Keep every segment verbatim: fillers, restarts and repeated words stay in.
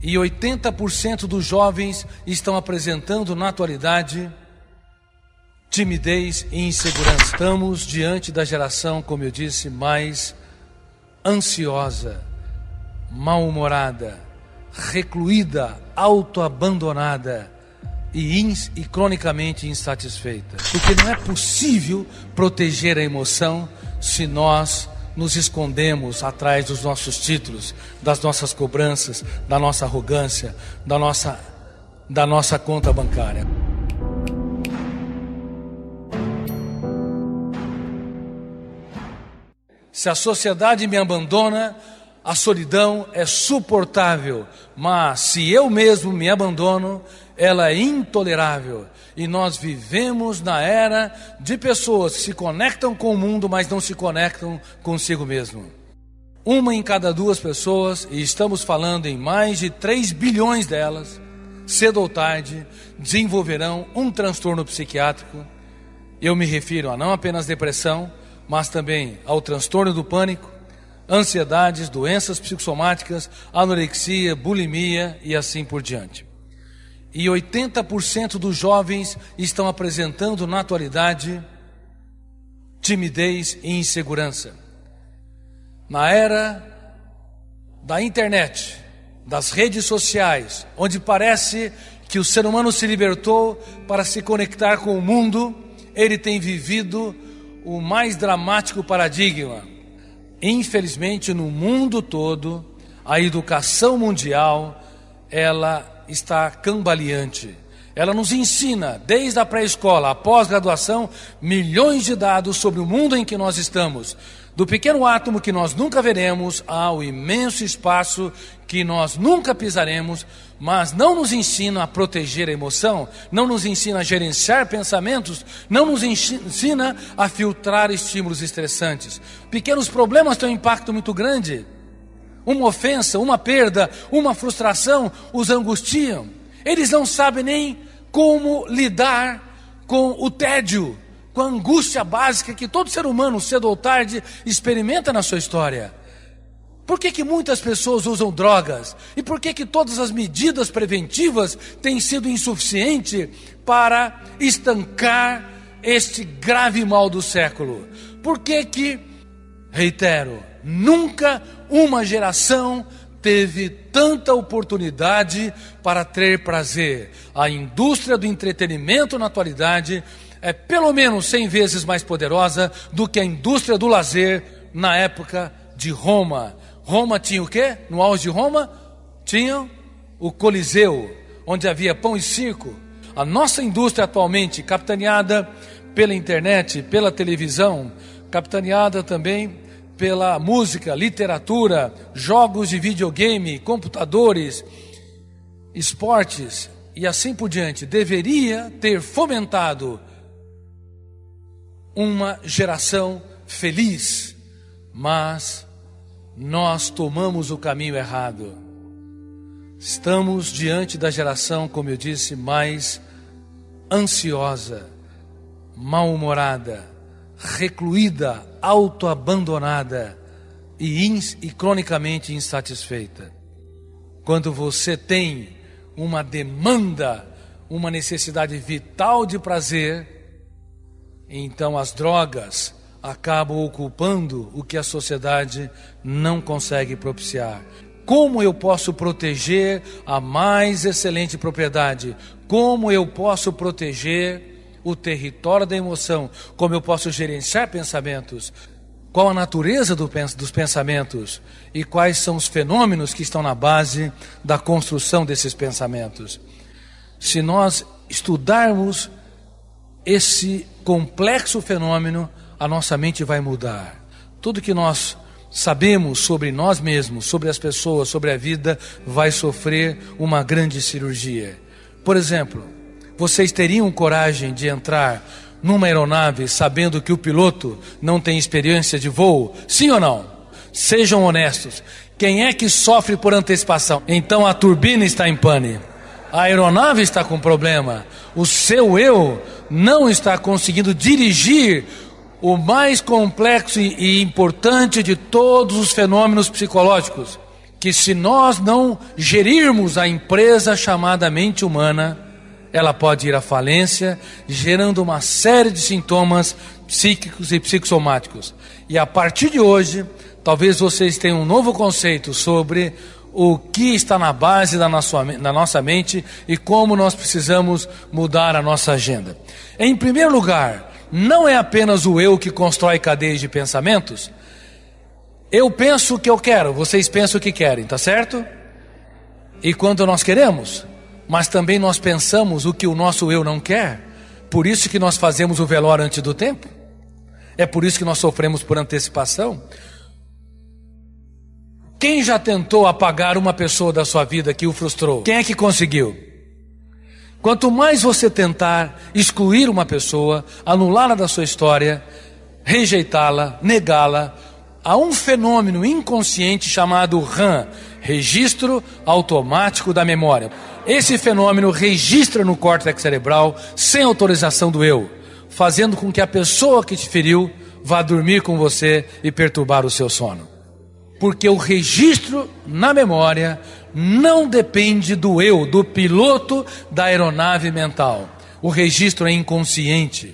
E oitenta por cento dos jovens estão apresentando na atualidade timidez e insegurança. Estamos diante da geração, como eu disse, mais ansiosa, mal-humorada, recluída, autoabandonada e, ins, e cronicamente insatisfeita. Porque não é possível proteger a emoção se nós nos escondemos atrás dos nossos títulos, das nossas cobranças, da nossa arrogância, da nossa, da nossa conta bancária. Se a sociedade me abandona, a solidão é suportável, mas se eu mesmo me abandono, ela é intolerável. E nós vivemos na era de pessoas que se conectam com o mundo, mas não se conectam consigo mesmo. Uma em cada duas pessoas, e estamos falando em mais de três bilhões delas, cedo ou tarde, desenvolverão um transtorno psiquiátrico. Eu me refiro a não apenas depressão, mas também ao transtorno do pânico, ansiedades, doenças psicossomáticas, anorexia, bulimia e assim por diante. E oitenta por cento dos jovens estão apresentando na atualidade timidez e insegurança. Na era da internet, das redes sociais, onde parece que o ser humano se libertou para se conectar com o mundo, ele tem vivido o mais dramático paradigma. Infelizmente, no mundo todo, a educação mundial, ela está cambaleante. Ela nos ensina, desde a pré-escola, a pós-graduação, milhões de dados sobre o mundo em que nós estamos. Do pequeno átomo que nós nunca veremos, ao imenso espaço que nós nunca pisaremos, mas não nos ensina a proteger a emoção, não nos ensina a gerenciar pensamentos, não nos ensina a filtrar estímulos estressantes. Pequenos problemas têm um impacto muito grande. Uma ofensa, uma perda, uma frustração os angustiam. Eles não sabem nem como lidar com o tédio, com a angústia básica que todo ser humano, cedo ou tarde, experimenta na sua história. Por que que muitas pessoas usam drogas? E por que que todas as medidas preventivas têm sido insuficientes para estancar este grave mal do século? Por que que, reitero, nunca uma geração teve tanta oportunidade para ter prazer? A indústria do entretenimento na atualidade é pelo menos cem vezes mais poderosa do que a indústria do lazer na época de Roma. Roma tinha o quê? No auge de Roma, tinha o Coliseu, onde havia pão e circo. A nossa indústria atualmente, capitaneada pela internet, pela televisão, capitaneada também pela música, literatura, jogos de videogame, computadores, esportes e assim por diante, deveria ter fomentado uma geração feliz, mas nós tomamos o caminho errado. Estamos diante da geração, como eu disse, mais ansiosa, mal-humorada, recluída, autoabandonada e, ins, e cronicamente insatisfeita. Quando você tem uma demanda, uma necessidade vital de prazer, então as drogas acabam ocupando o que a sociedade não consegue propiciar. Como eu posso proteger a mais excelente propriedade? Como eu posso proteger o território da emoção? Como eu posso gerenciar pensamentos? Qual a natureza do, dos pensamentos? E quais são os fenômenos que estão na base da construção desses pensamentos? Se nós estudarmos esse complexo fenômeno, a nossa mente vai mudar. Tudo que nós sabemos sobre nós mesmos, sobre as pessoas, sobre a vida, vai sofrer uma grande cirurgia. Por exemplo, vocês teriam coragem de entrar numa aeronave sabendo que o piloto não tem experiência de voo? Sim ou não? Sejam honestos. Quem é que sofre por antecipação? Então a turbina está em pane. A aeronave está com problema. O seu eu não está conseguindo dirigir o mais complexo e importante de todos os fenômenos psicológicos, que que se nós não gerirmos a empresa chamada mente humana, ela pode ir à falência, gerando uma série de sintomas psíquicos e psicossomáticos. E a partir de hoje, talvez vocês tenham um novo conceito sobre o que está na base da nossa, da nossa mente e como nós precisamos mudar a nossa agenda. Em primeiro lugar, não é apenas o eu que constrói cadeias de pensamentos. Eu penso o que eu quero, vocês pensam o que querem, tá certo? E quando nós queremos, mas também nós pensamos o que o nosso eu não quer. Por isso que nós fazemos o velório antes do tempo. É por isso que nós sofremos por antecipação. Quem já tentou apagar uma pessoa da sua vida que o frustrou? Quem é que conseguiu? Quanto mais você tentar excluir uma pessoa, anulá-la da sua história, rejeitá-la, negá-la, há um fenômeno inconsciente chamado R A M, Registro Automático da Memória. Esse fenômeno registra no córtex cerebral sem autorização do eu, fazendo com que a pessoa que te feriu vá dormir com você e perturbar o seu sono. Porque o registro na memória não depende do eu, do piloto da aeronave mental. O registro é inconsciente,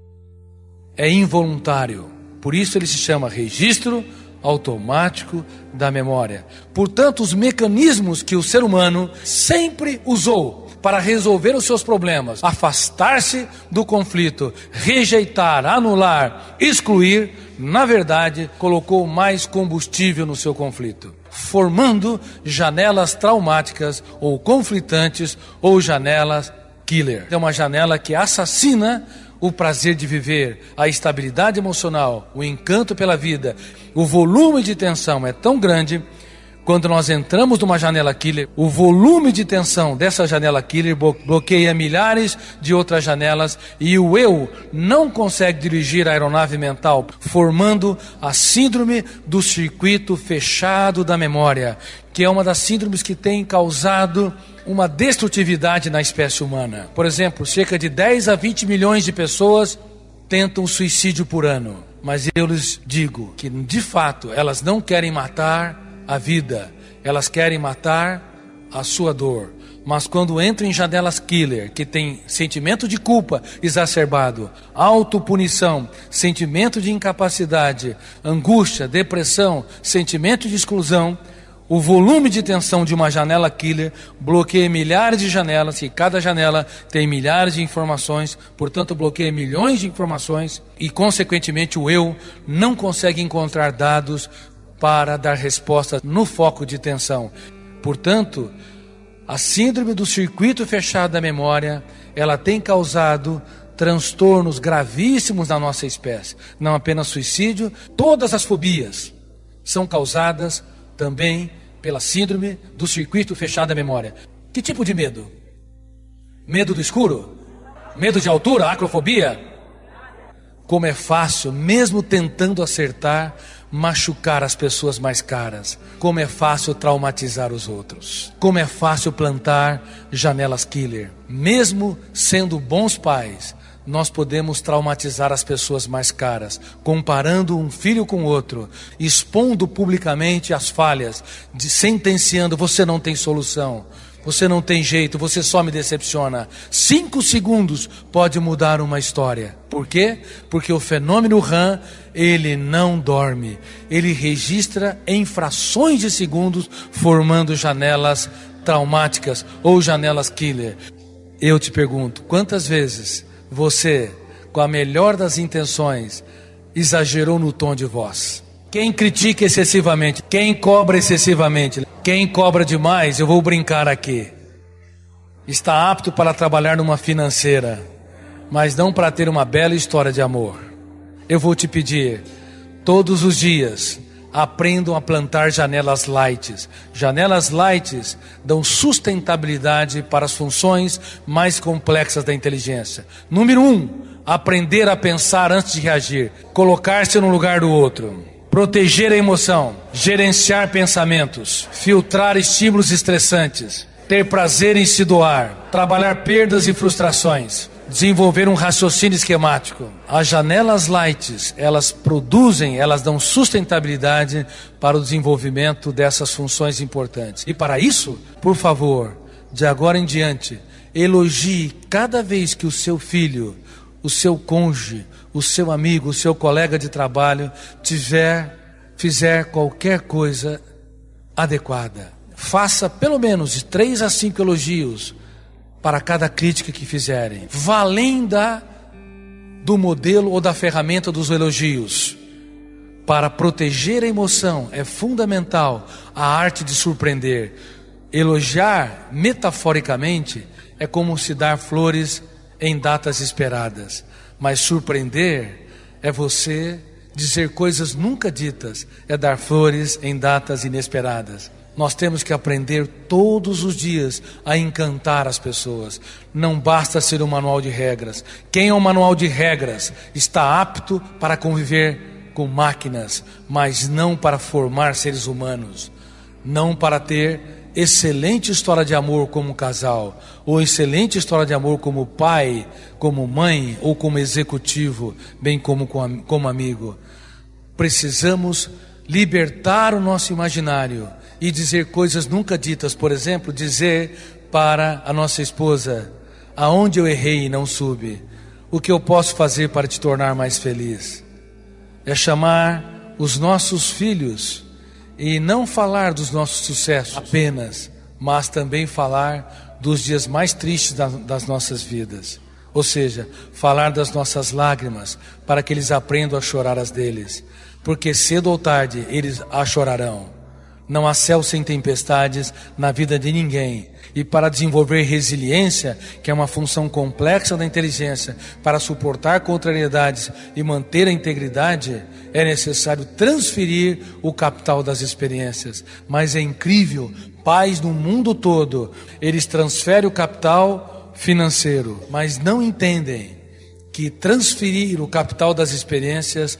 é involuntário. Por isso ele se chama registro automático da memória. Portanto, os mecanismos que o ser humano sempre usou para resolver os seus problemas, afastar-se do conflito, rejeitar, anular, excluir, na verdade, colocou mais combustível no seu conflito, formando janelas traumáticas ou conflitantes ou janelas killer. É uma janela que assassina o prazer de viver, a estabilidade emocional, o encanto pela vida. O volume de tensão é tão grande. Quando nós entramos numa janela killer, o volume de tensão dessa janela killer bloqueia milhares de outras janelas e o eu não consegue dirigir a aeronave mental, formando a síndrome do circuito fechado da memória, que é uma das síndromes que tem causado uma destrutividade na espécie humana. Por exemplo, cerca de dez a vinte milhões de pessoas tentam suicídio por ano. Mas eu lhes digo que, de fato, elas não querem matar a vida, elas querem matar a sua dor. Mas quando entram em janelas killer, que tem sentimento de culpa exacerbado, autopunição, sentimento de incapacidade, angústia, depressão, sentimento de exclusão, o volume de tensão de uma janela killer bloqueia milhares de janelas, e cada janela tem milhares de informações, portanto bloqueia milhões de informações, e consequentemente o eu não consegue encontrar dados para dar resposta no foco de tensão. Portanto, a síndrome do circuito fechado da memória, ela tem causado transtornos gravíssimos na nossa espécie. Não apenas suicídio, todas as fobias são causadas também pela síndrome do circuito fechado da memória. Que tipo de medo? Medo do escuro? Medo de altura? Acrofobia? Como é fácil, mesmo tentando acertar, machucar as pessoas mais caras. Como é fácil traumatizar os outros. Como é fácil plantar janelas killer. Mesmo sendo bons pais, nós podemos traumatizar as pessoas mais caras, comparando um filho com outro, expondo publicamente as falhas, de, sentenciando: você não tem solução, você não tem jeito, você só me decepciona. Cinco segundos pode mudar uma história. Por quê? Porque o fenômeno R A M, ele não dorme. Ele registra em frações de segundos, formando janelas traumáticas ou janelas killer. Eu te pergunto, quantas vezes você, com a melhor das intenções, exagerou no tom de voz? Quem critica excessivamente, quem cobra excessivamente, quem cobra demais, eu vou brincar aqui, está apto para trabalhar numa financeira, mas não para ter uma bela história de amor. Eu vou te pedir, todos os dias, aprendam a plantar janelas lights. Janelas lights dão sustentabilidade para as funções mais complexas da inteligência. Número um, aprender a pensar antes de reagir, colocar-se no lugar do outro, proteger a emoção, gerenciar pensamentos, filtrar estímulos estressantes, ter prazer em se doar, trabalhar perdas e frustrações, desenvolver um raciocínio esquemático. As janelas light, elas produzem, elas dão sustentabilidade para o desenvolvimento dessas funções importantes. E para isso, por favor, de agora em diante, elogie cada vez que o seu filho, o seu cônjuge, o seu amigo, o seu colega de trabalho tiver, fizer qualquer coisa adequada. Faça pelo menos de três a cinco elogios para cada crítica que fizerem. Vá além da, do modelo ou da ferramenta dos elogios. Para proteger a emoção é fundamental a arte de surpreender. Elogiar, metaforicamente, é como se dar flores em datas esperadas. Mas surpreender é você dizer coisas nunca ditas, é dar flores em datas inesperadas. Nós temos que aprender todos os dias a encantar as pessoas. Não basta ser um manual de regras. Quem é um manual de regras está apto para conviver com máquinas, mas não para formar seres humanos. Não para ter excelente história de amor como casal, ou excelente história de amor como pai, como mãe, ou como executivo, bem como como amigo. Precisamos libertar o nosso imaginário e dizer coisas nunca ditas. Por exemplo, dizer para a nossa esposa: aonde eu errei e não soube? O que eu posso fazer para te tornar mais feliz? É chamar os nossos filhos e não falar dos nossos sucessos apenas, mas também falar dos dias mais tristes das nossas vidas. Ou seja, falar das nossas lágrimas, para que eles aprendam a chorar as deles. Porque cedo ou tarde eles a chorarão. Não há céu sem tempestades na vida de ninguém. E para desenvolver resiliência, que é uma função complexa da inteligência, para suportar contrariedades e manter a integridade, é necessário transferir o capital das experiências. Mas é incrível, pais no mundo todo, eles transferem o capital financeiro, mas não entendem que transferir o capital das experiências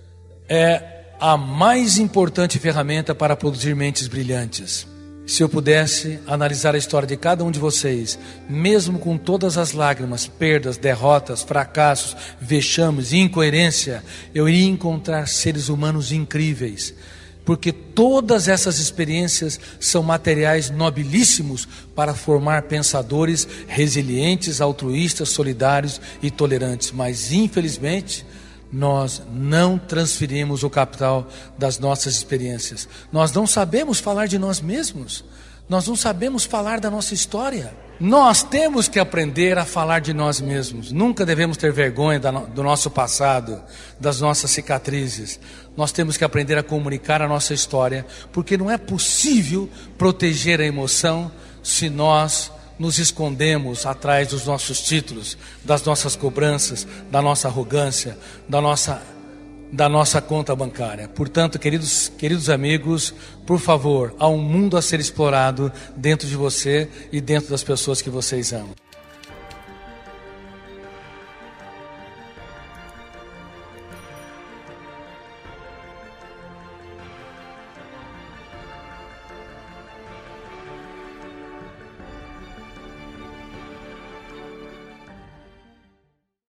é a mais importante ferramenta para produzir mentes brilhantes. Se eu pudesse analisar a história de cada um de vocês, mesmo com todas as lágrimas, perdas, derrotas, fracassos, vexames e incoerência, eu iria encontrar seres humanos incríveis, porque todas essas experiências são materiais nobilíssimos para formar pensadores resilientes, altruístas, solidários e tolerantes. Mas infelizmente nós não transferimos o capital das nossas experiências. Nós não sabemos falar de nós mesmos. Nós não sabemos falar da nossa história. Nós temos que aprender a falar de nós mesmos. Nunca devemos ter vergonha do nosso passado, das nossas cicatrizes. Nós temos que aprender a comunicar a nossa história, porque não é possível proteger a emoção se nós nos escondemos atrás dos nossos títulos, das nossas cobranças, da nossa arrogância, da nossa, da nossa conta bancária. Portanto, queridos, queridos amigos, por favor, há um mundo a ser explorado dentro de você e dentro das pessoas que vocês amam.